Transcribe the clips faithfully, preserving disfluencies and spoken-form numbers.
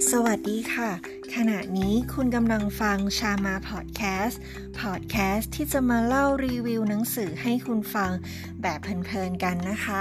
สวัสดีค่ะขณะนี้คุณกำลังฟังชามาพอดแคสต์พอดแคสต์ที่จะมาเล่ารีวิวหนังสือให้คุณฟังแบบเพลินๆกันนะคะ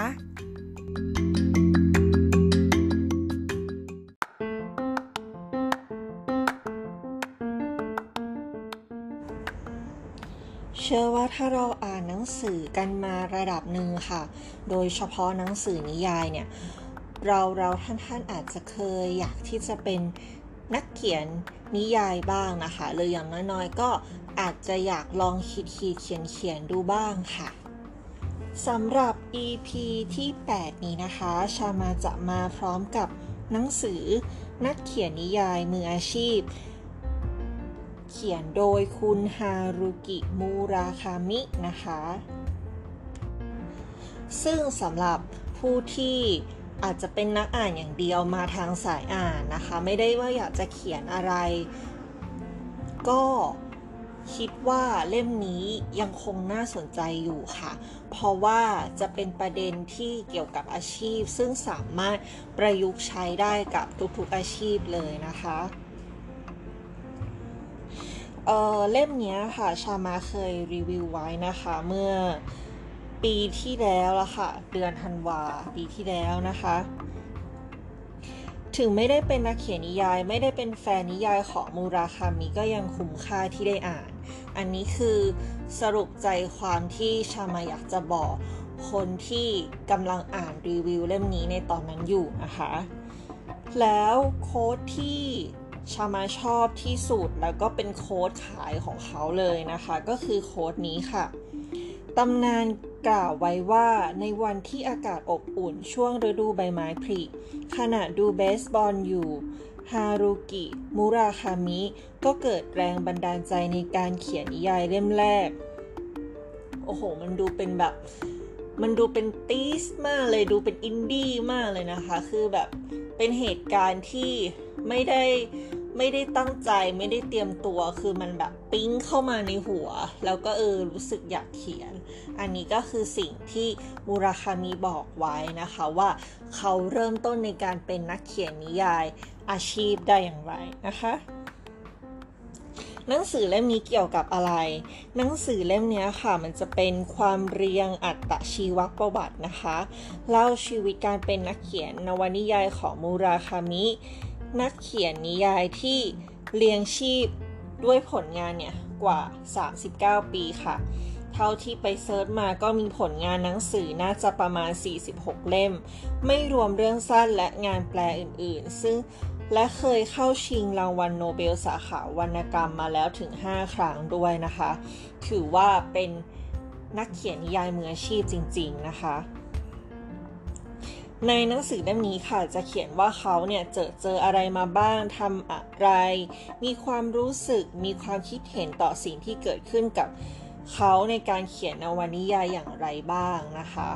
เชื่อว่าถ้าเราอ่านหนังสือกันมาระดับหนึ่งค่ะโดยเฉพาะหนังสือนิยายเนี่ยเราเราท่านท่านอาจจะเคยอยากที่จะเป็นนักเขียนนิยายบ้างนะคะหรืออย่างน้อยๆก็อาจจะอยากลองคิดคิดเขียนเขียนดูบ้างค่ะสำหรับ อี พี ที่แปดนี้นะคะชามาจะมาพร้อมกับหนังสือนักเขียนนิยายมืออาชีพเขียนโดยคุณฮารุกิมูราคามินะคะซึ่งสำหรับผู้ที่อาจจะเป็นนักอ่านอย่างเดียวมาทางสายอ่านนะคะไม่ได้ว่าอยากจะเขียนอะไรก็คิดว่าเล่มนี้ยังคงน่าสนใจอยู่ค่ะเพราะว่าจะเป็นประเด็นที่เกี่ยวกับอาชีพซึ่งสามารถประยุกต์ใช้ได้กับทุกๆอาชีพเลยนะคะเอ่อเล่มนี้ค่ะชามาเคยรีวิวไว้นะคะเมื่อปีที่แล้วละค่ะเดือนธันวาปีที่แล้วนะคะถึงไม่ได้เป็นนักเขียนนิยายไม่ได้เป็นแฟนนิยายของมูราคามิก็ยังคุ้มค่าที่ได้อ่านอันนี้คือสรุปใจความที่ชามาอยากจะบอกคนที่กำลังอ่านรีวิวเล่มนี้ในตอนนั้นอยู่นะคะแล้วโค้ดที่ชามาชอบที่สุดแล้วก็เป็นโค้ดขายของเขาเลยนะคะก็คือโค้ดนี้ค่ะตำนานกล่าวไว้ว่าในวันที่อากาศอบอุ่นช่วงฤดูใบไม้ผลิขณะดูเบสบอลอยู่ฮารุกิมุราคามิก็เกิดแรงบันดาลใจในการเขียนนิยายเล่มแรกโอ้โหมันดูเป็นแบบมันดูเป็นตีสมากเลยดูเป็นอินดี้มากเลยนะคะคือแบบเป็นเหตุการณ์ที่ไม่ได้ไม่ได้ตั้งใจไม่ได้เตรียมตัวคือมันแบบปิ๊งเข้ามาในหัวแล้วก็เออรู้สึกอยากเขียนอันนี้ก็คือสิ่งที่มูราคามิบอกไว้นะคะว่าเขาเริ่มต้นในการเป็นนักเขียนนิยายอาชีพได้อย่างไรนะคะหนังสือเล่มนี้เกี่ยวกับอะไรหนังสือเล่มนี้ค่ะมันจะเป็นความเรียงอัตชีวประวัตินะคะเล่าชีวิตการเป็นนักเขียนนวนิยายของมูราคามินักเขียนนิยายที่เลี้ยงชีพด้วยผลงานเนี่ยกว่าสามสิบเก้าปีค่ะเท่าที่ไปเซิร์ชมาก็มีผลงานหนังสือน่าจะประมาณสี่สิบหกเล่มไม่รวมเรื่องสั้นและงานแปลอื่นๆซึ่งและเคยเข้าชิงรางวัลโนเบลสาขาวรรณกรรมมาแล้วถึงห้าครั้งด้วยนะคะถือว่าเป็นนักเขียนนิยายมืออาชีพจริงๆนะคะในหนังสือเล่มนี้ค่ะจะเขียนว่าเขาเนี่ยเจอเจออะไรมาบ้างทำอะไรมีความรู้สึกมีความคิดเห็นต่อสิ่งที่เกิดขึ้นกับเขาในการเขียนนวนิยายอย่างไรบ้างนะคะ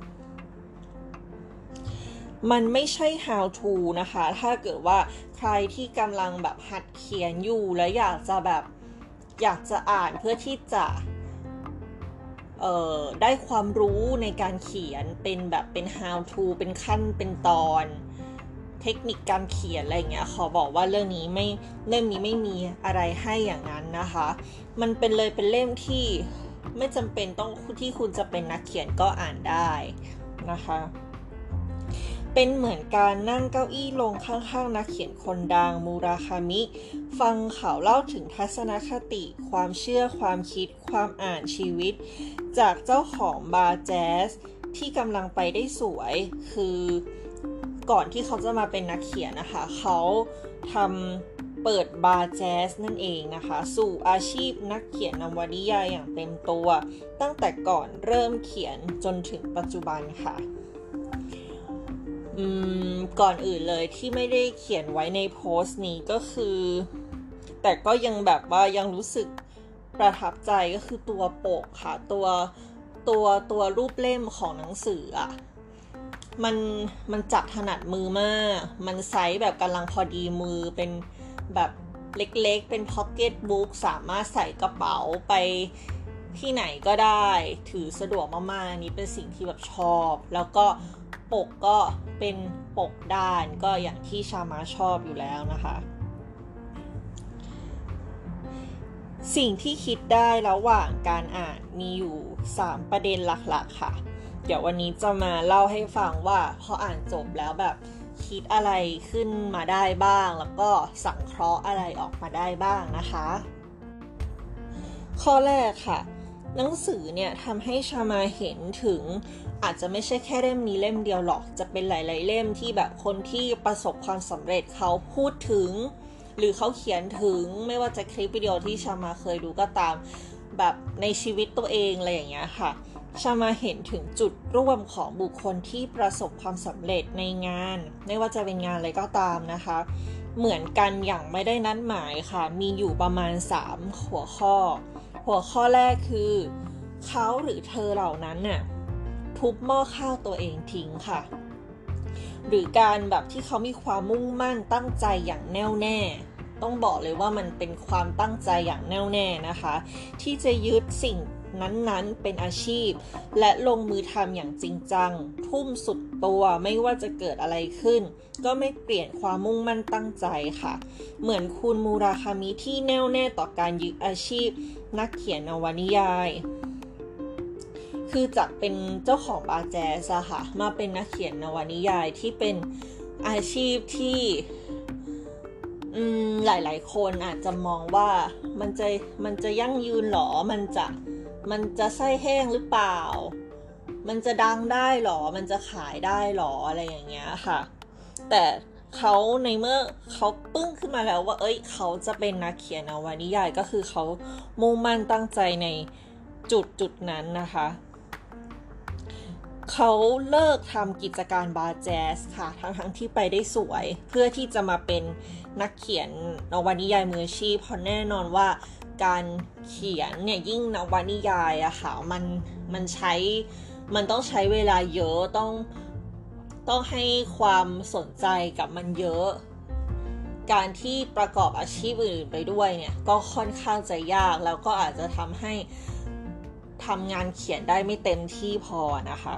มันไม่ใช่ how to นะคะถ้าเกิดว่าใครที่กำลังแบบหัดเขียนอยู่แล้วอยากจะแบบอยากจะอ่านเพื่อที่จะเอ่อได้ความรู้ในการเขียนเป็นแบบเป็น how to เป็นขั้นเป็นตอนเทคนิคการเขียนอะไรอย่างเงี้ยขอบอกว่าเรื่องนี้ไม่เล่มนี้ไม่มีอะไรให้อย่างนั้นนะคะมันเป็นเลยเป็นเล่มที่ไม่จำเป็นต้องที่คุณจะเป็นนักเขียนก็อ่านได้นะคะเป็นเหมือนการนั่งเก้าอี้ลงข้างๆนักเขียนคนดังมูราคามิฟังเขาเล่าถึงทัศนคติความเชื่อความคิดความอ่านชีวิตจากเจ้าของบาร์แจ๊สที่กำลังไปได้สวยคือก่อนที่เขาจะมาเป็นนักเขียนนะคะเขาทำเปิดบาร์แจ๊สนั่นเองนะคะสู่อาชีพนักเขียนนวนิยายอย่างเต็มตัวตั้งแต่ก่อนเริ่มเขียนจนถึงปัจจุบันค่ะอืมก่อนอื่นเลยที่ไม่ได้เขียนไว้ในโพสต์นี้ก็คือแต่ก็ยังแบบว่ายังรู้สึกประทับใจก็คือตัวปกค่ะตัวตัวตัวรูปเล่มของหนังสืออ่ะมันมันจับถนัดมือมากมันไซส์แบบกำลังพอดีมือเป็นแบบเล็กๆเป็นพ็อกเก็ตบุ๊กสามารถใส่กระเป๋าไปที่ไหนก็ได้ถือสะดวกมากๆนี่เป็นสิ่งที่แบบชอบแล้วก็ปกก็เป็นปกด้านก็อย่างที่ชามาชอบอยู่แล้วนะคะสิ่งที่คิดได้ระหว่างการอ่านมีอยู่สามประเด็นหลักๆค่ะเดี๋ยววันนี้จะมาเล่าให้ฟังว่าพออ่านจบแล้วแบบคิดอะไรขึ้นมาได้บ้างแล้วก็สังเคราะห์อะไรออกมาได้บ้างนะคะข้อแรกค่ะหนังสือเนี่ยทำให้ชามาเห็นถึงอาจจะไม่ใช่แค่เล่มนี้เล่มเดียวหรอกจะเป็นหลายๆเล่มที่แบบคนที่ประสบความสำเร็จเขาพูดถึงหรือเขาเขียนถึงไม่ว่าจะคลิปวิดีโอที่ชามาเคยดูก็ตามแบบในชีวิตตัวเองอะไรอย่างเงี้ยค่ะชามาเห็นถึงจุดร่วมของบุคคลที่ประสบความสำเร็จในงานไม่ว่าจะเป็นงานอะไรก็ตามนะคะเหมือนกันอย่างไม่ได้นัดหมายค่ะมีอยู่ประมาณสามหัวข้อหัวข้อแรกคือเขาหรือเธอเหล่านั้นน่ะทุบหม้อข้าวตัวเองทิ้งค่ะหรือการแบบที่เขามีความมุ่งมั่นตั้งใจอย่างแน่วแน่ต้องบอกเลยว่ามันเป็นความตั้งใจอย่างแน่วแน่นะคะที่จะยึดสิ่งนั้นๆเป็นอาชีพและลงมือทำอย่างจริงจังทุ่มสุดตัวไม่ว่าจะเกิดอะไรขึ้นก็ไม่เปลี่ยนความมุ่งมั่นตั้งใจค่ะเหมือนคุณมูราคามิที่แน่วแน่ต่อการยึดอาชีพนักเขียนนวนิยายคือจากเป็นเจ้าของบาร์แจ๊สอะค่ะมาเป็นนักเขียนนวนิยายที่เป็นอาชีพที่อืมหลายๆคนอาจจะมองว่ามันจะมันจะยั่งยืนหรอมันจะมันจะไส้แห้งหรือเปล่ามันจะดังได้หรอมันจะขายได้หรออะไรอย่างเงี้ยค่ะแต่เขาในเมื่อเขาปึ้งขึ้นมาแล้วว่าเอ้ยเขาจะเป็นนักเขียนนวนิยายก็คือเขามุ่งมั่นตั้งใจในจุดจุดนั้นนะคะเขาเลิกทำกิจการบาร์แจ๊สค่ะทั้งทั้งที่ไปได้สวยเพื่อที่จะมาเป็นนักเขียนนวนิยายมืออาชีพเพราะแน่นอนว่าการเขียนเนี่ยยิ่งนวนิยายอะค่ะมันมันใช้มันต้องใช้เวลาเยอะต้องต้องให้ความสนใจกับมันเยอะการที่ประกอบอาชีพอื่นไปด้วยเนี่ยก็ค่อนข้างจะยากแล้วก็อาจจะทำให้ทำงานเขียนได้ไม่เต็มที่พอนะคะ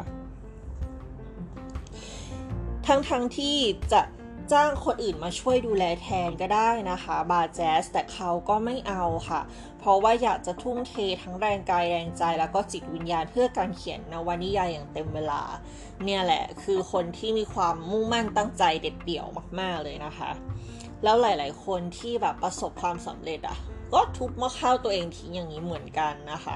ทั้งทั้งที่จะจ้างคนอื่นมาช่วยดูแลแทนก็ได้นะคะบาร์แจ๊สแต่เขาก็ไม่เอาค่ะเพราะว่าอยากจะทุ่มเททั้งแรงกายแรงใจแล้วก็จิตวิญญาณเพื่อการเขียนนวนิยายอย่างเต็มเวลาเนี่ยแหละคือคนที่มีความมุ่งมั่นตั้งใจเด็ดเดี่ยวมากๆเลยนะคะแล้วหลายๆคนที่แบบประสบความสำเร็จอ่ะก็ทุบหม้อข้าวตัวเองทิ้งอย่างนี้เหมือนกันนะคะ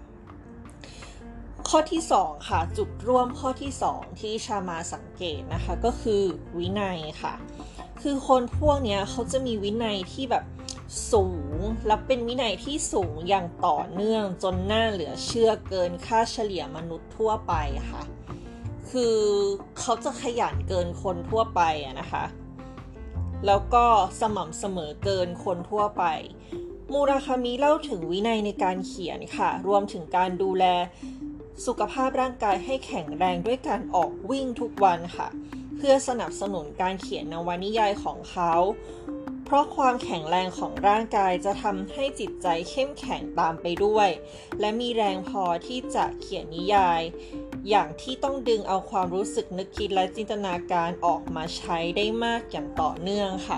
ข้อที่สองค่ะจุดร่วมข้อที่สองที่ชามาสังเกตนะคะก็คือวินัยค่ะคือคนพวกนี้เขาจะมีวินัยที่แบบสูงและเป็นวินัยที่สูงอย่างต่อเนื่องจนน่าเหลือเชื่อเกินค่าเฉลี่ยมนุษย์ทั่วไปค่ะคือเขาจะขยันเกินคนทั่วไปอะนะคะแล้วก็สม่ำเสมอเกินคนทั่วไปมูราคามิเล่าถึงวินัยในการเขียนค่ะรวมถึงการดูแลสุขภาพร่างกายให้แข็งแรงด้วยการออกวิ่งทุกวันค่ะเพื่อสนับสนุนการเขียนนวนิยายของเขาเพราะความแข็งแรงของร่างกายจะทำให้จิตใจเข้มแข็งตามไปด้วยและมีแรงพอที่จะเขียนนิยายอย่างที่ต้องดึงเอาความรู้สึกนึกคิดและจินตนาการออกมาใช้ได้มากอย่างต่อเนื่องค่ะ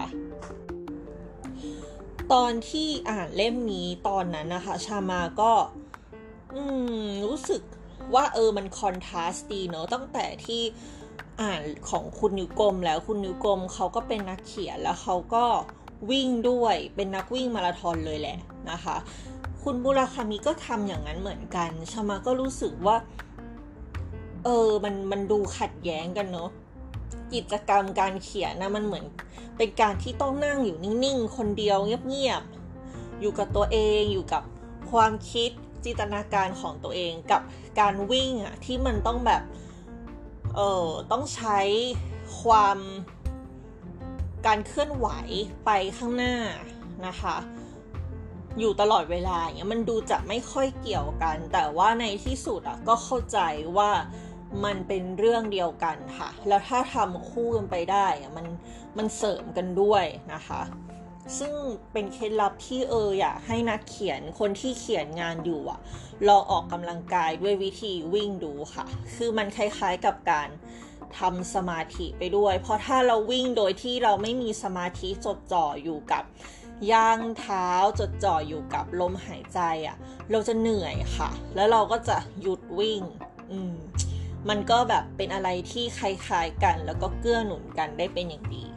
ตอนที่อ่านเล่มนี้ตอนนั้นนะคะชามาก็อืมรู้สึกว่าเออมันคอนทราสต์ดีเนอะตั้งแต่ที่อ่านของคุณนิวกลมแล้วคุณนิวกลมเขาก็เป็นนักเขียนแล้วเขาก็วิ่งด้วยเป็นนักวิ่งมาราธอนเลยแหละนะคะคุณมูราคามิก็ทำอย่างนั้นเหมือนกันชามาก็รู้สึกว่าเออมันมันดูขัดแย้งกันเนอะกิจกรรมการเขียนนะมันเหมือนเป็นการที่ต้องนั่งอยู่นิ่งๆคนเดียวเงียบๆอยู่กับตัวเองอยู่กับความคิดจินตนาการของตัวเองกับการวิ่งอ่ะที่มันต้องแบบเออต้องใช้ความการเคลื่อนไหวไปข้างหน้านะคะอยู่ตลอดเวลาอย่างเงี้ยมันดูจะไม่ค่อยเกี่ยวกันแต่ว่าในที่สุดอ่ะก็เข้าใจว่ามันเป็นเรื่องเดียวกันค่ะแล้วถ้าทำคู่กันไปได้อ่ะมันมันเสริมกันด้วยนะคะซึ่งเป็นเคล็ดลับที่เอออยากให้นักเขียนคนที่เขียนงานอยู่อ่ะลองออกกำลังกายด้วยวิธีวิ่งดูค่ะคือมันคล้ายๆกับการทำสมาธิไปด้วยเพราะถ้าเราวิ่งโดยที่เราไม่มีสมาธิจดจ่ออยู่กับย่างเท้าจดจ่ออยู่กับลมหายใจอ่ะเราจะเหนื่อยค่ะแล้วเราก็จะหยุดวิ่งอืมมันก็แบบเป็นอะไรที่คล้ายๆกันแล้วก็เกื้อหนุนกันได้เป็นอย่างดี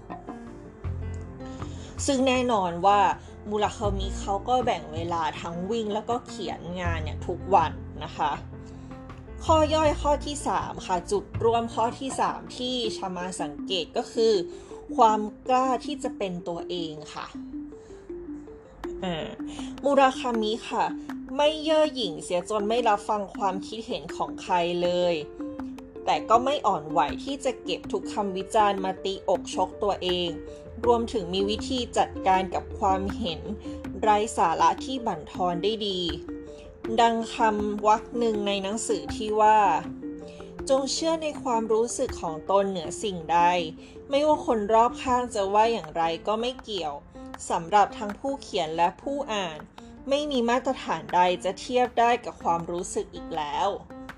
ซึ่งแน่นอนว่ามูราคามิเขาก็แบ่งเวลาทั้งวิ่งแล้วก็เขียนงานเนี่ยทุกวันนะคะข้อย่อยข้อที่สามค่ะจุดร่วมข้อที่สามที่ชามาสังเกตก็คือความกล้าที่จะเป็นตัวเองค่ะมูราคามิค่ะไม่เย่อหยิ่งเสียจนไม่รับฟังความคิดเห็นของใครเลยแต่ก็ไม่อ่อนไหวที่จะเก็บทุกคำวิจารณ์มาตีอกชกตัวเองรวมถึงมีวิธีจัดการกับความเห็นไร้สาระที่บั่นทอนได้ดีดังคำวรรคหนึ่งในหนังสือที่ว่าจงเชื่อในความรู้สึกของตนเหนือสิ่งใดไม่ว่าคนรอบข้างจะว่าอย่างไรก็ไม่เกี่ยวสำหรับทั้งผู้เขียนและผู้อ่านไม่มีมาตรฐานใดจะเทียบได้กับความรู้สึกอีกแล้ว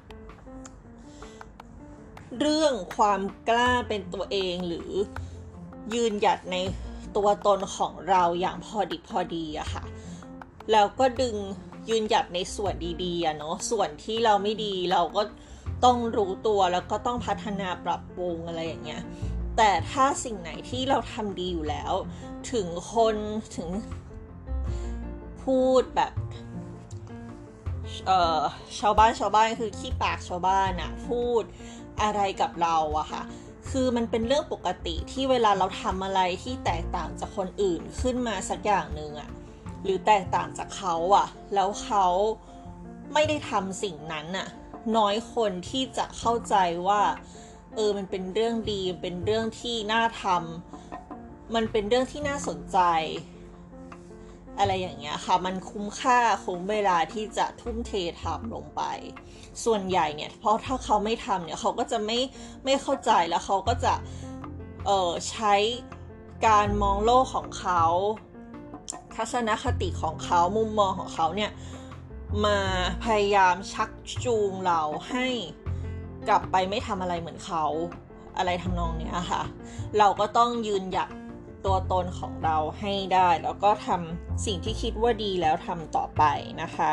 เรื่องความกล้าเป็นตัวเองหรือยืนหยัดในตัวตนของเราอย่างพอดิบพอดีอะค่ะแล้วก็ดึงยืนหยัดในส่วนดีๆอะเนาะส่วนที่เราไม่ดีเราก็ต้องรู้ตัวแล้วก็ต้องพัฒนาปรับปรุงอะไรอย่างเงี้ยแต่ถ้าสิ่งไหนที่เราทำดีอยู่แล้วถึงคนถึงพูดแบบเอ่อชาวบ้านชาวบ้านคือขี้ปากชาวบ้านอะพูดอะไรกับเราอะค่ะคือมันเป็นเรื่องปกติที่เวลาเราทำอะไรที่แตกต่างจากคนอื่นขึ้นมาสักอย่างนึงอะหรือแตกต่างจากเขาอะแล้วเขาไม่ได้ทำสิ่งนั้นอะน้อยคนที่จะเข้าใจว่าเออมันเป็นเรื่องดีเป็นเรื่องที่น่าทำมันเป็นเรื่องที่น่าสนใจอะไรอย่างเงี้ยค่ะมันคุ้มค่าคุ้มเวลาที่จะทุ่มเททำลงไปส่วนใหญ่เนี่ยเพราะถ้าเขาไม่ทำเนี่ยเขาก็จะไม่ไม่เข้าใจแล้วเขาก็จะเอ่อใช้การมองโลกของเขาทัศนคติของเขามุมมองของเขาเนี่ยมาพยายามชักจูงเราให้กลับไปไม่ทำอะไรเหมือนเขาอะไรทำนองเนี้ยค่ะเราก็ต้องยืนหยัดตัวตนของเราให้ได้แล้วก็ทำสิ่งที่คิดว่าดีแล้วทำต่อไปนะคะ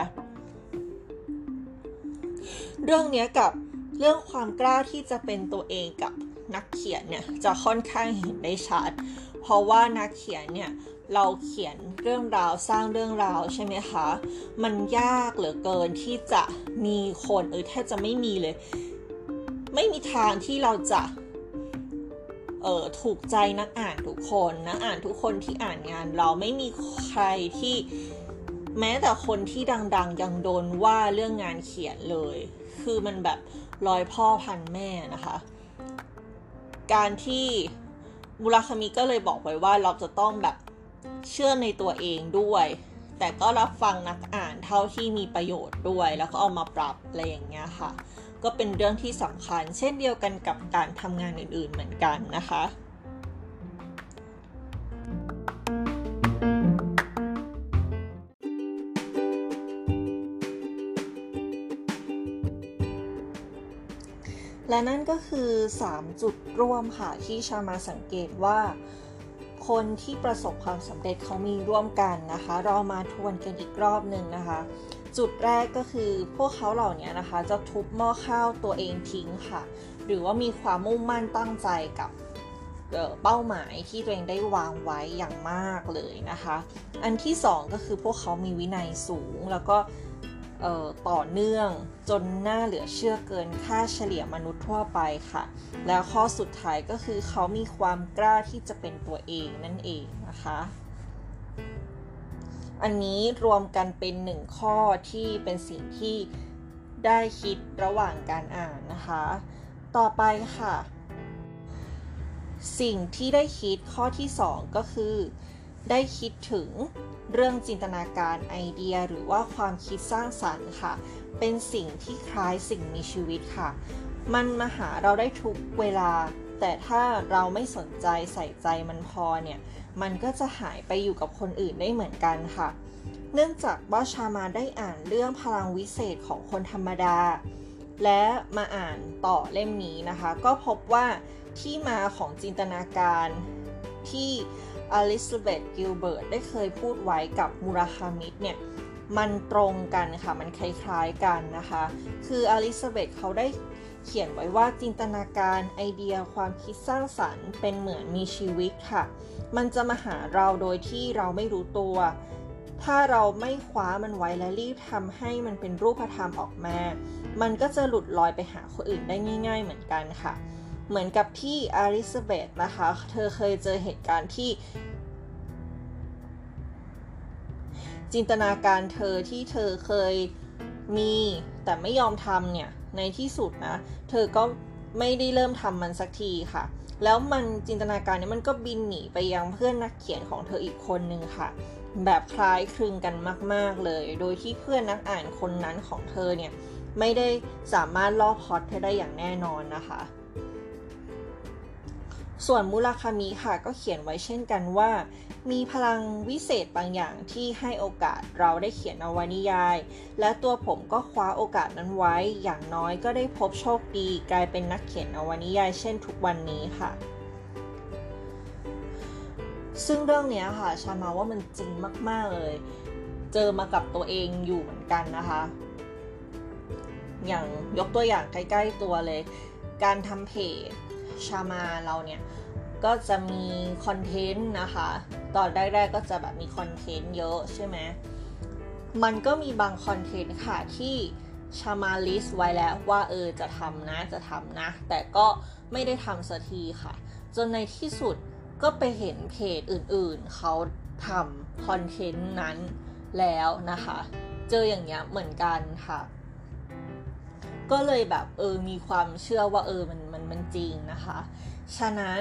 เรื่องนี้กับเรื่องความกล้าที่จะเป็นตัวเองกับนักเขียนเนี่ยจะค่อนข้างเห็นได้ชัดเพราะว่านักเขียนเนี่ยเราเขียนเรื่องราวสร้างเรื่องราวใช่ไหมคะมันยากเหลือเกินที่จะมีคนเออแทบจะไม่มีเลยไม่มีทางที่เราจะเออถูกใจนักอ่านทุกคนนักอ่านทุกคนที่อ่านงานเราไม่มีใครที่แม้แต่คนที่ดังๆยังโดนว่าเรื่องงานเขียนเลยคือมันแบบร้อยพ่อพันแม่นะคะการที่มูราคามิก็เลยบอกไว้ว่าเราจะต้องแบบเชื่อในตัวเองด้วยแต่ก็รับฟังนักอ่านเท่าที่มีประโยชน์ด้วยแล้วก็เอามาปรับอะไรอย่างเงี้ยค่ะก็เป็นเรื่องที่สำคัญเช่นเดียวกันกับการทำงานอื่นๆเหมือนกันนะคะและนั่นก็คือสามจุดร่วมค่ะที่ชามาสังเกตว่าคนที่ประสบความสำเร็จเขามีร่วมกันนะคะเรามาทวนกันอีกรอบนึงนะคะจุดแรกก็คือพวกเขาเหล่านี้นะคะจะทุบหม้อข้าวตัวเองทิ้งค่ะหรือว่ามีความมุ่งมั่นตั้งใจกับเป้าหมายที่ตัวเองได้วางไว้อย่างมากเลยนะคะอันที่สองก็คือพวกเขามีวินัยสูงแล้วก็ต่อเนื่องจนน่าเหลือเชื่อเกินค่าเฉลี่ยมนุษย์ทั่วไปค่ะแล้วข้อสุดท้ายก็คือเขามีความกล้าที่จะเป็นตัวเองนั่นเองนะคะอันนี้รวมกันเป็นหนึ่งข้อที่เป็นสิ่งที่ได้คิดระหว่างการอ่านนะคะต่อไปค่ะสิ่งที่ได้คิดข้อที่สองก็คือได้คิดถึงเรื่องจินตนาการไอเดียหรือว่าความคิดสร้างสรรค์ค่ะเป็นสิ่งที่คล้ายสิ่งมีชีวิตค่ะมันมาหาเราได้ทุกเวลาแต่ถ้าเราไม่สนใจใส่ใจมันพอเนี่ยมันก็จะหายไปอยู่กับคนอื่นได้เหมือนกันค่ะเนื่องจากว่าชามาได้อ่านเรื่องพลังวิเศษของคนธรรมดาและมาอ่านต่อเล่มนี้นะคะก็พบว่าที่มาของจินตนาการที่อลิซาเบธกิลเบิร์ตได้เคยพูดไว้กับมูราคามิเนี่ยมันตรงกันค่ะมันคล้ายๆกันนะคะคืออลิซาเบธเขาได้เขียนไว้ว่าจินตนาการไอเดียความคิดสร้างสรรค์เป็นเหมือนมีชีวิตค่ะมันจะมาหาเราโดยที่เราไม่รู้ตัวถ้าเราไม่คว้ามันไว้และรีบทำให้มันเป็นรูปธรรมออกมามันก็จะหลุดลอยไปหาคนอื่นได้ง่ายๆเหมือนกันค่ะเหมือนกับที่อลิซาเบธนะคะเธอเคยเจอเหตุการณ์ที่จินตนาการเธอที่เธอเคยมีแต่ไม่ยอมทำเนี่ยในที่สุดนะเธอก็ไม่ได้เริ่มทำมันสักทีค่ะแล้วมันจินตนาการนี้มันก็บินหนีไปยังเพื่อนนักเขียนของเธออีกคนนึงค่ะแบบคล้ายคลึงกันมากๆเลยโดยที่เพื่อนนักอ่านคนนั้นของเธอเนี่ยไม่ได้สามารถล่อพล็อตเธอได้อย่างแน่นอนนะคะส่วนมุราคามิค่ะก็เขียนไว้เช่นกันว่ามีพลังวิเศษบางอย่างที่ให้โอกาสเราได้เขียนนวนิยายและตัวผมก็คว้าโอกาสนั้นไว้อย่างน้อยก็ได้พบโชคดีกลายเป็นนักเขียนนวนิยายเช่นทุกวันนี้ค่ะซึ่งเรื่องนี้ค่ะชามาว่ามันจริงมากๆเลยเจอมากับตัวเองอยู่เหมือนกันนะคะอย่างยกตัวอย่างใกล้ๆตัวเลยการทำเพจชามาเราเนี่ยก็จะมีคอนเทนต์นะคะตอนแรกๆก็จะแบบมีคอนเทนต์เยอะใช่ไหมมันก็มีบางคอนเทนต์ค่ะที่ชามาลิสต์ไว้แล้วว่าเออจะทำนะจะทำนะแต่ก็ไม่ได้ทำสักทีค่ะจนในที่สุดก็ไปเห็นเพจอื่นๆเขาทำคอนเทนต์นั้นแล้วนะคะเจออย่างเงี้ยเหมือนกันค่ะก็เลยแบบเออมีความเชื่อว่าเออมันมันมันจริงนะคะฉะนั้น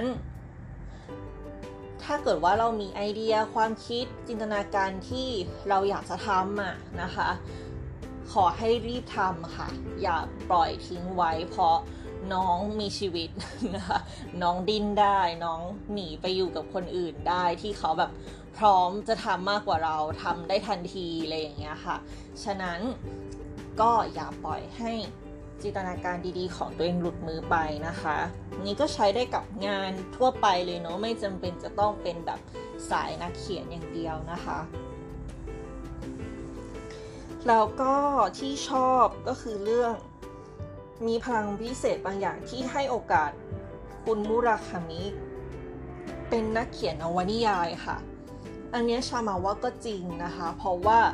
ถ้าเกิดว่าเรามีไอเดียความคิดจินตนาการที่เราอยากจะทำอ่ะนะคะขอให้รีบทำค่ะอย่าปล่อยทิ้งไว้เพราะน้องมีชีวิตนะคะน้องดิ้นได้น้องหนีไปอยู่กับคนอื่นได้ที่เขาแบบพร้อมจะทำมากกว่าเราทำได้ทันทีอะไรอย่างเงี้ยค่ะฉะนั้นก็อย่าปล่อยให้จินตนาการดีๆของตัวเองหลุดมือไปนะคะนี่ก็ใช้ได้กับงานทั่วไปเลยเนาะไม่จำเป็นจะต้องเป็นแบบสายนักเขียนอย่างเดียวนะคะแล้วก็ที่ชอบก็คือเรื่องมีพลังพิเศษบางอย่างที่ให้โอกาสคุณมุราคามิเป็นนักเขียนนวนิยายค่ะอันนี้ชามาว่าก็จริงนะคะเพราะว่า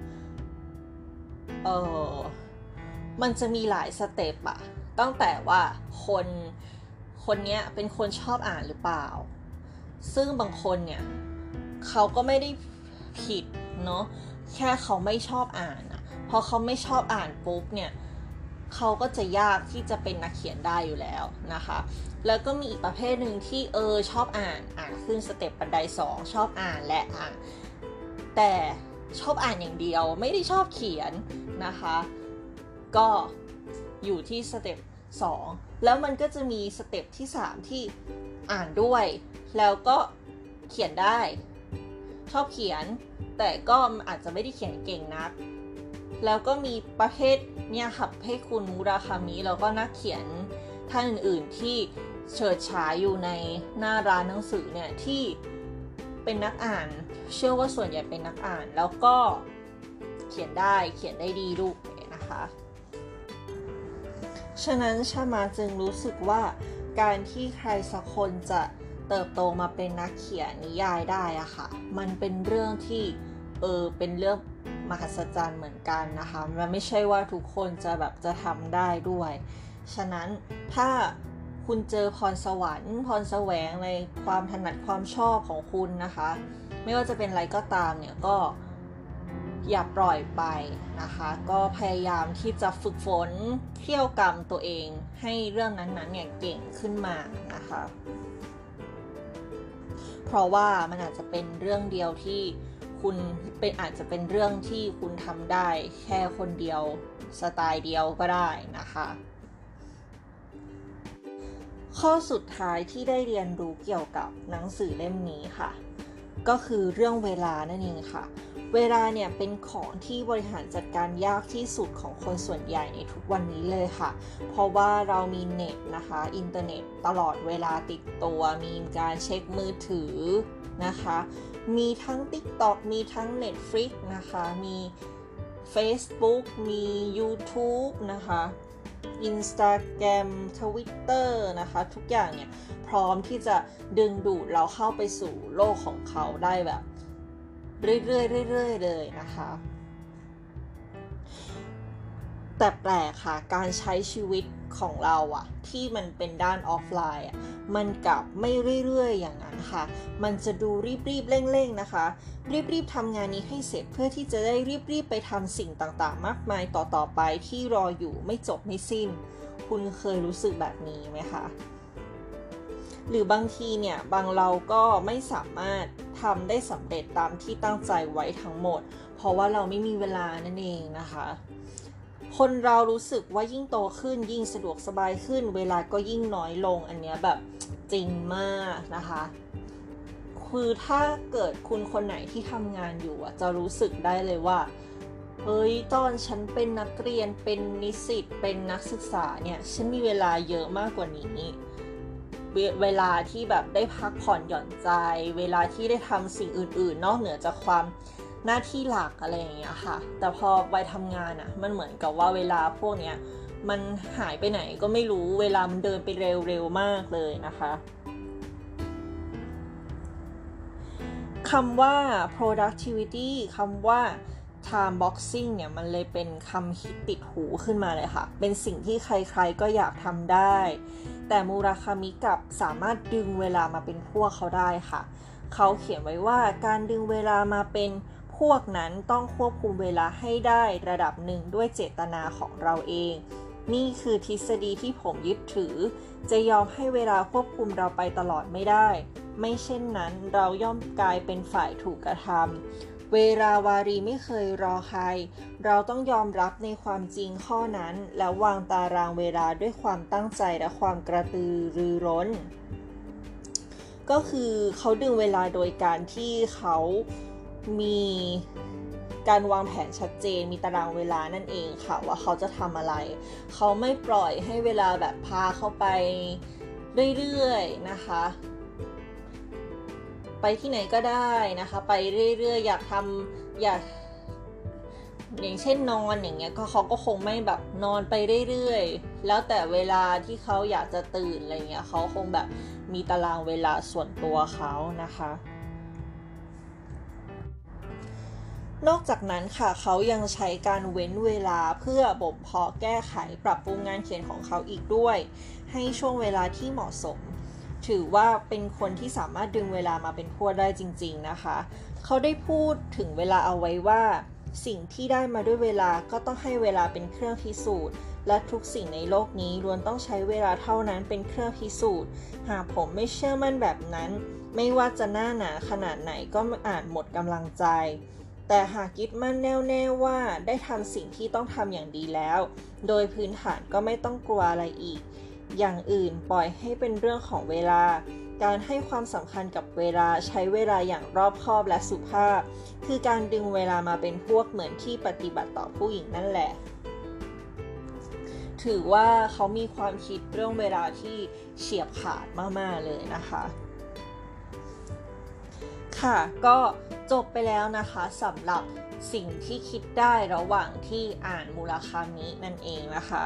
เออมันจะมีหลายสเต็ปอะตั้งแต่ว่าคนคนนี้เป็นคนชอบอ่านหรือเปล่าซึ่งบางคนเนี่ยเขาก็ไม่ได้ผิดเนาะแค่เขาไม่ชอบอ่านอะพอเขาไม่ชอบอ่านปุ๊บเนี่ยเขาก็จะยากที่จะเป็นนักเขียนได้อยู่แล้วนะคะแล้วก็มีอีกประเภทหนึ่งที่เออชอบอ่านอ่านขึ้นสเต็ปบันไดสองชอบอ่านและอ่านแต่ชอบอ่านอย่างเดียวไม่ได้ชอบเขียนนะคะก็อยู่ที่สเต็ปสองแล้วมันก็จะมีสเต็ปที่สามที่อ่านด้วยแล้วก็เขียนได้ชอบเขียนแต่ก็อาจจะไม่ได้เขียนเก่งนักแล้วก็มีประเภทเนี่ยค่ะประเภทคุณมุราคามิแล้วก็นักเขียนท่านอื่นๆที่เฉิดฉายอยู่ในหน้าร้านหนังสือเนี่ยที่เป็นนักอ่านเชื่อว่าส่วนใหญ่เป็นนักอ่านแล้วก็เขียนได้เขียนได้ดีด้วยนะคะฉะนั้นชามาจึงรู้สึกว่าการที่ใครสักคนจะเติบโตมาเป็นนักเขียนนิยายได้อะค่ะมันเป็นเรื่องที่เออเป็นเรื่องมหัศจรรย์เหมือนกันนะคะมันไม่ใช่ว่าทุกคนจะแบบจะทำได้ด้วยฉะนั้นถ้าคุณเจอพรสวรรค์พรแสวงในความถนัดความชอบของคุณนะคะไม่ว่าจะเป็นอะไรก็ตามเนี่ยก็อย่าปล่อยไปนะคะก็พยายามที่จะฝึกฝนเขี่ยวกรรมตัวเองให้เรื่องนั้นๆเนี่ยเก่งขึ้นมานะคะเพราะว่ามันอาจจะเป็นเรื่องเดียวที่คุณเป็นอาจจะเป็นเรื่องที่คุณทำได้แค่คนเดียวสไตล์เดียวก็ได้นะคะข้อสุดท้ายที่ได้เรียนรู้เกี่ยวกับหนังสือเล่มนี้ค่ะก็คือเรื่องเวลานั่นเองค่ะเวลาเนี่ยเป็นของที่บริหารจัดการยากที่สุดของคนส่วนใหญ่ในทุกวันนี้เลยค่ะเพราะว่าเรามีเน็ตนะคะอินเทอร์เน็ตตลอดเวลาติดตัวมีการเช็คมือถือนะคะมีทั้ง TikTok มีทั้ง Netflix นะคะมี Facebook มี YouTube นะคะ Instagram Twitter นะคะทุกอย่างเนี่ยพร้อมที่จะดึงดูดเราเข้าไปสู่โลกของเขาได้แบบเรื่อยๆเรื่อยๆเลยนะคะแต่แปลกค่ะการใช้ชีวิตของเราอะที่มันเป็นด้านออฟไลน์อะมันกลับไม่เรื่อยๆอย่างนั้นค่ะมันจะดูรีบๆเร่งๆนะคะรีบๆทำงานนี้ให้เสร็จเพื่อที่จะได้รีบๆไปทำสิ่งต่างๆมากมายต่อๆไปที่รออยู่ไม่จบไม่สิ้นคุณเคยรู้สึกแบบนี้ไหมคะหรือบางทีเนี่ยบางเราก็ไม่สามารถทำได้สำเร็จตามที่ตั้งใจไว้ทั้งหมดเพราะว่าเราไม่มีเวลานั่นเองนะคะคนเรารู้สึกว่ายิ่งโตขึ้นยิ่งสะดวกสบายขึ้นเวลาก็ยิ่งน้อยลงอันเนี้ยแบบจริงมากนะคะคือถ้าเกิดคุณคนไหนที่ทำงานอยู่อ่ะจะรู้สึกได้เลยว่าเฮ้ยตอนฉันเป็นนักเรียนเป็นนิสิตเป็นนักศึกษาเนี่ยฉันมีเวลาเยอะมากกว่านี้เวลาที่แบบได้พักผ่อนหย่อนใจเวลาที่ได้ทำสิ่งอื่นๆนอกเหนือจากความหน้าที่หลักอะไรอย่างเงี้ยค่ะแต่พอวัยทำงานอ่ะมันเหมือนกับว่าเวลาพวกเนี้ยมันหายไปไหนก็ไม่รู้เวลามันเดินไปเร็วๆมากเลยนะคะคำว่า productivity คำว่า time boxing เนี่ยมันเลยเป็นคำฮิตติดหูขึ้นมาเลยค่ะเป็นสิ่งที่ใครๆก็อยากทำได้แต่มูราคามิกลับสามารถดึงเวลามาเป็นพวกเขาได้ค่ะเขาเขียนไว้ว่าการดึงเวลามาเป็นพวกนั้นต้องควบคุมเวลาให้ได้ระดับหนึ่งด้วยเจตนาของเราเองนี่คือทฤษฎีที่ผมยึดถือจะยอมให้เวลาควบคุมเราไปตลอดไม่ได้ไม่เช่นนั้นเราย่อมกลายเป็นฝ่ายถูกกระทำเวลาวารีไม่เคยรอใครเราต้องยอมรับในความจริงข้อนั้นและวางตารางเวลาด้วยความตั้งใจและความกระตือรือร้นก็คือเขาดึงเวลาโดยการที่เขามีการวางแผนชัดเจนมีตารางเวลานั่นเองค่ะว่าเขาจะทำอะไรเขาไม่ปล่อยให้เวลาแบบพาเข้าไปเรื่อยๆนะคะไปที่ไหนก็ได้นะคะไปเรื่อยๆอยากทำอยากอย่างเช่นนอนอย่างเงี้ยก็เขาก็คงไม่แบบนอนไปเรื่อยๆแล้วแต่เวลาที่เขาอยากจะตื่นอะไรเงี้ยเขาคงแบบมีตารางเวลาส่วนตัวเขานะคะนอกจากนั้นค่ะเขายังใช้การเว้นเวลาเพื่อบ่มเพาะแก้ไขปรับปรุงงานเขียนของเขาอีกด้วยให้ช่วงเวลาที่เหมาะสมถือว่าเป็นคนที่สามารถดึงเวลามาเป็นพวกได้จริงๆนะคะเขาได้พูดถึงเวลาเอาไว้ว่าสิ่งที่ได้มาด้วยเวลาก็ต้องให้เวลาเป็นเครื่องพิสูจน์และทุกสิ่งในโลกนี้ล้วนต้องใช้เวลาเท่านั้นเป็นเครื่องพิสูจน์หากผมไม่เชื่อมั่นแบบนั้นไม่ว่าจะหน้าหนาขนาดไหนก็อาจหมดกำลังใจแต่หากยึดมั่นแน่วแน่ว่าได้ทำสิ่งที่ต้องทำอย่างดีแล้วโดยพื้นฐานก็ไม่ต้องกลัวอะไรอีกอย่างอื่นปล่อยให้เป็นเรื่องของเวลาการให้ความสำคัญกับเวลาใช้เวลาอย่างรอบคอบและสุภาพคือการดึงเวลามาเป็นพวกเหมือนที่ปฏิบัติต่อผู้หญิงนั่นแหละถือว่าเขามีความคิดเรื่องเวลาที่เฉียบขาดมากๆเลยนะคะค่ะก็จบไปแล้วนะคะสำหรับสิ่งที่คิดได้ระหว่างที่อ่านมูราคามินั่นเองนะคะ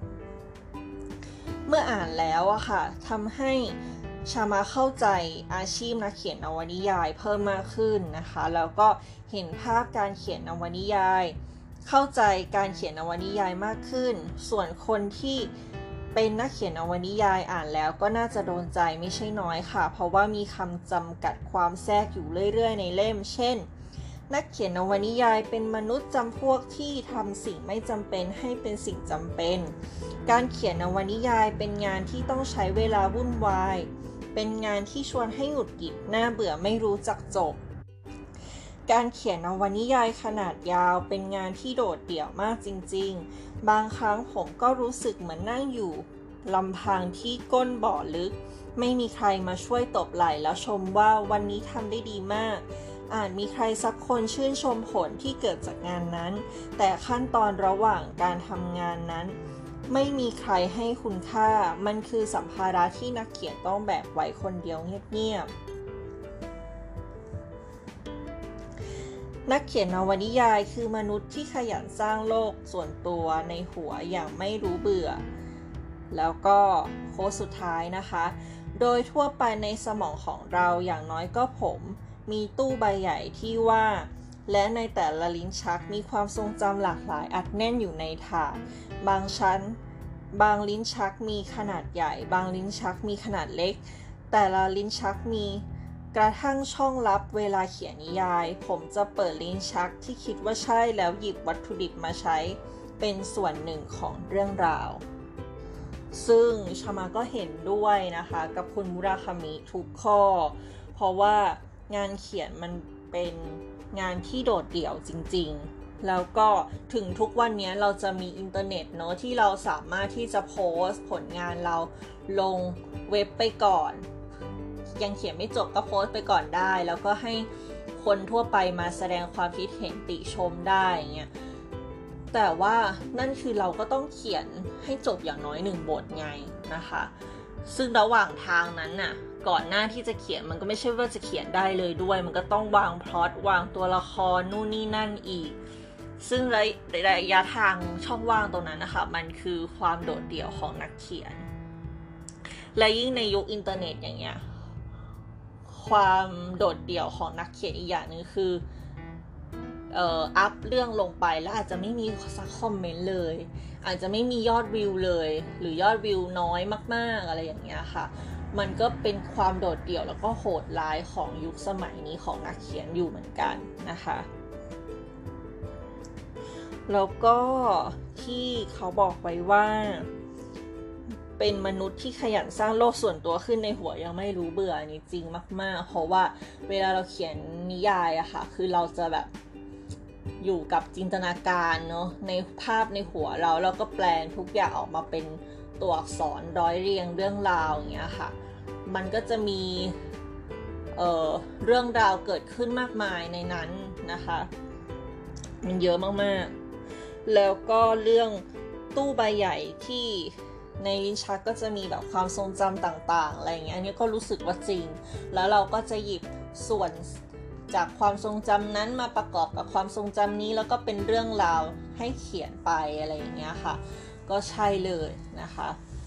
เมื่ออ่านแล้วอะค่ะทำให้ชามาเข้าใจอาชีพนักเขียนนวนิยายเพิ่มมากขึ้นนะคะแล้วก็เห็นภาพการเขียนนวนิยายเข้าใจการเขียนนวนิยายมากขึ้นส่วนคนที่เป็นนักเขียนนวนิยายอ่านแล้วก็น่าจะโดนใจไม่ใช่น้อยค่ะเพราะว่ามีคำจำกัดความแทรกอยู่เรื่อยๆในเล่มเช่นนักเขียนนวนิยายเป็นมนุษย์จำพวกที่ทำสิ่งไม่จำเป็นให้เป็นสิ่งจำเป็นการเขียนนวนิยายเป็นงานที่ต้องใช้เวลาวุ่นวายเป็นงานที่ชวนให้หงุดหงิดน่าเบื่อไม่รู้จักจบการเขียนนวนิยายขนาดยาวเป็นงานที่โดดเดี่ยวมากจริงๆบางครั้งผมก็รู้สึกเหมือนนั่งอยู่ลำพังที่ก้นบ่อลึกไม่มีใครมาช่วยตบไหล่แล้วชมว่าวันนี้ทำได้ดีมากอาจมีใครสักคนชื่นชมผลที่เกิดจากงานนั้นแต่ขั้นตอนระหว่างการทำงานนั้นไม่มีใครให้คุณค่ามันคือสัมภาระที่นักเขียนต้องแบกไว้คนเดียวเงียบๆนักเขียนนวนิยายคือมนุษย์ที่ขยันสร้างโลกส่วนตัวในหัวอย่างไม่รู้เบื่อแล้วก็โค้ดสุดท้ายนะคะโดยทั่วไปในสมองของเราอย่างน้อยก็ผมมีตู้ใบใหญ่ที่ว่าและในแต่ละลิ้นชักมีความทรงจำหลากหลายอัดแน่นอยู่ในถาดบางชั้นบางลิ้นชักมีขนาดใหญ่บางลิ้นชักมีขนาดเล็กแต่ละลิ้นชักมีกระทั่งช่องลับเวลาเขียนนิยายผมจะเปิดลิ้นชักที่คิดว่าใช่แล้วหยิบวัตถุดิบมาใช้เป็นส่วนหนึ่งของเรื่องราวซึ่งชามาก็เห็นด้วยนะคะกับคุณมุราคามิทุกข้อเพราะว่างานเขียนมันเป็นงานที่โดดเดี่ยวจริงๆแล้วก็ถึงทุกวันนี้เราจะมีอินเทอร์เน็ตเนอะที่เราสามารถที่จะโพสต์ผลงานเราลงเว็บไปก่อนยังเขียนไม่จบก็โพสต์ไปก่อนได้แล้วก็ให้คนทั่วไปมาแสดงความคิดเห็นติชมได้เงี้ยแต่ว่านั่นคือเราก็ต้องเขียนให้จบอย่างน้อยหนึ่งบทไงนะคะซึ่งระหว่างทางนั้นน่ะก่อนหน้าที่จะเขียนมันก็ไม่ใช่ว่าจะเขียนได้เลยด้วยมันก็ต้องวางพล็อตวางตัวละครนู่นนี่นั่นอีกซึ่งระยะทางช่องว่างตรงนั้นนะคะมันคือความโดดเดี่ยวของนักเขียนและยิ่งในยุคอินเทอร์เน็ตอย่างเงี้ยความโดดเดี่ยวของนักเขียนอีกอย่างนึงคือเอ่ออัพเรื่องลงไปแล้วอาจจะไม่มีสักคอมเมนต์เลยอาจจะไม่มียอดวิวเลยหรือยอดวิวน้อยมากๆอะไรอย่างเงี้ยค่ะมันก็เป็นความโดดเดี่ยวแล้วก็โหดร้ายของยุคสมัยนี้ของนักเขียนอยู่เหมือนกันนะคะแล้วก็ที่เขาบอกไว้ว่าเป็นมนุษย์ที่ขยันสร้างโลกส่วนตัวขึ้นในหัวยังไม่รู้เบื่อนี่จริงมากๆเพราะว่าเวลาเราเขียนนิยายอะค่ะคือเราจะแบบอยู่กับจินตนาการเนาะในภาพในหัวเราแล้วก็แปลงทุกอย่างออกมาเป็นตัวอักษรร้อยเรียงเรื่องราวอย่างเงี้ยค่ะมันก็จะมีเอ่อเรื่องราวเกิดขึ้นมากมายในนั้นนะคะมันเยอะมากๆแล้วก็เรื่องตู้ใบใหญ่ที่ในลิ้นชักก็จะมีแบบความทรงจำต่างๆอะไรอย่างเงี้ยอันนี้ก็รู้สึกว่าจริงแล้วเราก็จะหยิบส่วนจากความทรงจำนั้นมาประกอบกับความทรงจำนี้แล้วก็เป็นเรื่องราวให้เขียนไปอะไรอย่างเงี้ยค่ะก็ใช่เลยนะคะ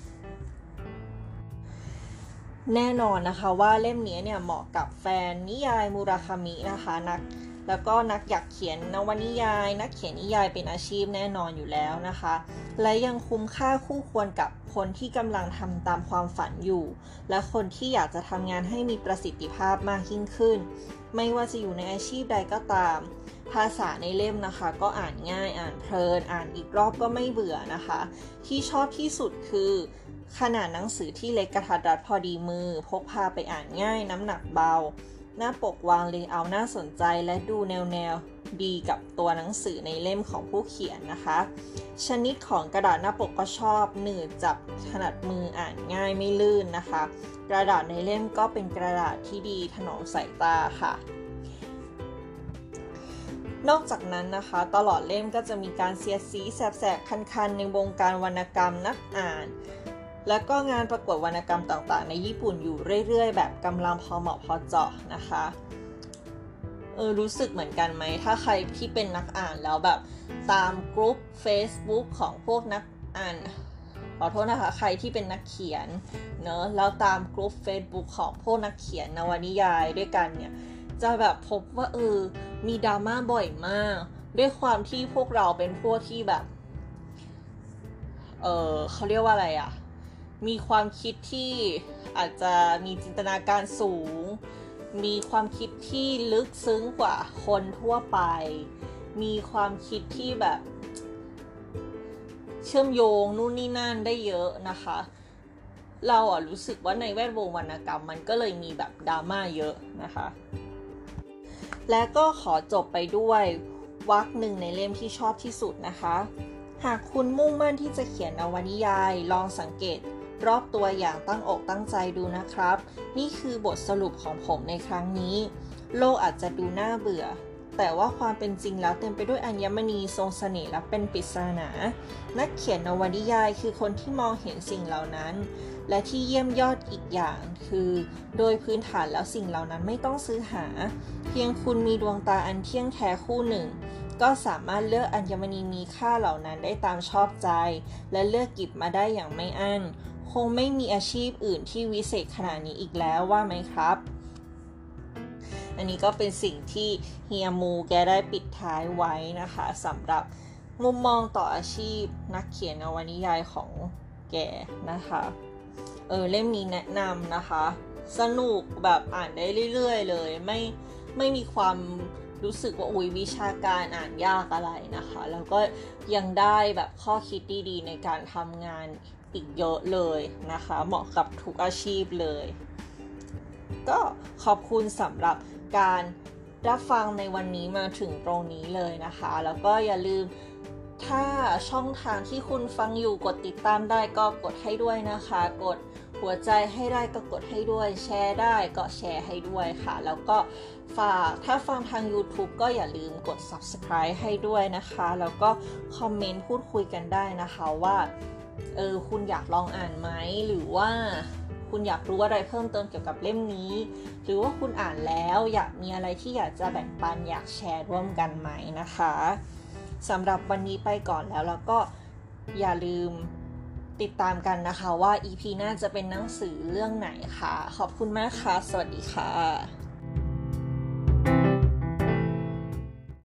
แน่นอนนะคะว่าเล่มนี้เนี่ยเหมาะกับแฟนนิยายมุราคามินะคะนักแล้วก็นักอยากเขียนนวนิยายนักเขียนนิยายเป็นอาชีพแน่นอนอยู่แล้วนะคะและยังคุ้มค่าคู่ควรกับคนที่กำลังทำตามความฝันอยู่และคนที่อยากจะทำงานให้มีประสิทธิภาพมากยิ่งขึ้นไม่ว่าจะอยู่ในอาชีพใดก็ตามภาษาในเล่มนะคะก็อ่านง่ายอ่านเพลินอ่านอีกรอบก็ไม่เบื่อนะคะที่ชอบที่สุดคือขนาดหนังสือที่เล็กกระทัดรัดพอดีมือพกพาไปอ่านง่ายน้ำหนักเบาหน้าปกวางเลเยอร์น่าสนใจและดูแนวแนวดีกับตัวหนังสือในเล่มของผู้เขียนนะคะชนิดของกระดาษหน้าปกก็ชอบหนืดจับถนัดมืออ่านง่ายไม่ลื่นนะคะกระดาษในเล่มก็เป็นกระดาษที่ดีถนอมสายตาค่ะนอกจากนั้นนะคะตลอดเล่มก็จะมีการเสียดสีแสบๆคันๆในวงการวรรณกรรมนักอ่านและก็งานประกวดวรรณกรรมต่างๆในญี่ปุ่นอยู่เรื่อยๆแบบกำลังพอเหมาะพอเจาะนะคะเออรู้สึกเหมือนกันไหมถ้าใครที่เป็นนักอ่านแล้วแบบตามกลุ่ม Facebook ของพวกนักอ่านขอโทษนะคะใครที่เป็นนักเขียนเนอะแล้วตามกลุ่ม Facebook ของพวกนักเขียนนวนิยายด้วยกันเนี่ยจะแบบพบว่าเออมีดราม่าบ่อยมากด้วยความที่พวกเราเป็นพวกที่แบบเออเขาเรียกว่าอะไรอะมีความคิดที่อาจจะมีจินตนาการสูงมีความคิดที่ลึกซึ้งกว่าคนทั่วไปมีความคิดที่แบบเชื่อมโยงนู่นนี่นั่นได้เยอะนะคะเราอ่ะรู้สึกว่าในแวดวงวรรณกรรมมันก็เลยมีแบบดราม่าเยอะนะคะและก็ขอจบไปด้วยวรรคหนึ่งในเล่มที่ชอบที่สุดนะคะหากคุณมุ่งมั่นที่จะเขียนนวนิยายลองสังเกตรอบตัวอย่างตั้งอกตั้งใจดูนะครับนี่คือบทสรุปของผมในครั้งนี้โลกอาจจะดูน่าเบื่อแต่ว่าความเป็นจริงแล้วเต็มไปด้วยอัญมณีทรงเสน่ห์และเป็นปริศนานักเขียนนวนิยายคือคนที่มองเห็นสิ่งเหล่านั้นและที่เยี่ยมยอดอีกอย่างคือโดยพื้นฐานแล้วสิ่งเหล่านั้นไม่ต้องซื้อหาเพียงคุณมีดวงตาอันเที่ยงแท้คู่หนึ่งก็สามารถเลือกอัญมณีมีค่าเหล่านั้นได้ตามชอบใจและเลือกหยิบมาได้อย่างไม่อั้นคงไม่มีอาชีพอื่นที่วิเศษขนาดนี้อีกแล้วว่าไหมครับอันนี้ก็เป็นสิ่งที่เฮียมูแกได้ปิดท้ายไว้นะคะสำหรับมุมมองต่ออาชีพนักเขียนนวนิยายของแกนะคะเออเล่มนี้แนะนำนะคะสนุกแบบอ่านได้เรื่อยๆเลยไม่ไม่มีความรู้สึกว่าอุ๊ยวิชาการอ่านยากอะไรนะคะแล้วก็ยังได้แบบข้อคิดดีๆในการทำงานอีกเยอะเลยนะคะเหมาะกับทุกอาชีพเลยก็ขอบคุณสำหรับการรับฟังในวันนี้มาถึงตรงนี้เลยนะคะแล้วก็อย่าลืมถ้าช่องทางที่คุณฟังอยู่กดติดตามได้ก็กดให้ด้วยนะคะกดหัวใจให้ได้ก็กดให้ด้วยแชร์ได้ก็แชร์ให้ด้วยค่ะแล้วก็ฝากถ้าฟังทาง YouTube ก็อย่าลืมกด Subscribe ให้ด้วยนะคะแล้วก็คอมเมนต์พูดคุยกันได้นะคะว่าเออคุณอยากลองอ่านไหมหรือว่าคุณอยากรู้อะไรเพิ่มเติมเกี่ยวกับเล่มนี้หรือว่าคุณอ่านแล้วอยากมีอะไรที่อยากจะแบ่งปันอยากแชร์ร่วมกันไหมนะคะสำหรับวันนี้ไปก่อนแล้วแล้วก็อย่าลืมติดตามกันนะคะว่า อี พี หน้าจะเป็นหนังสือเรื่องไหนค่ะขอบคุณมากค่ะสวัสดีค่ะ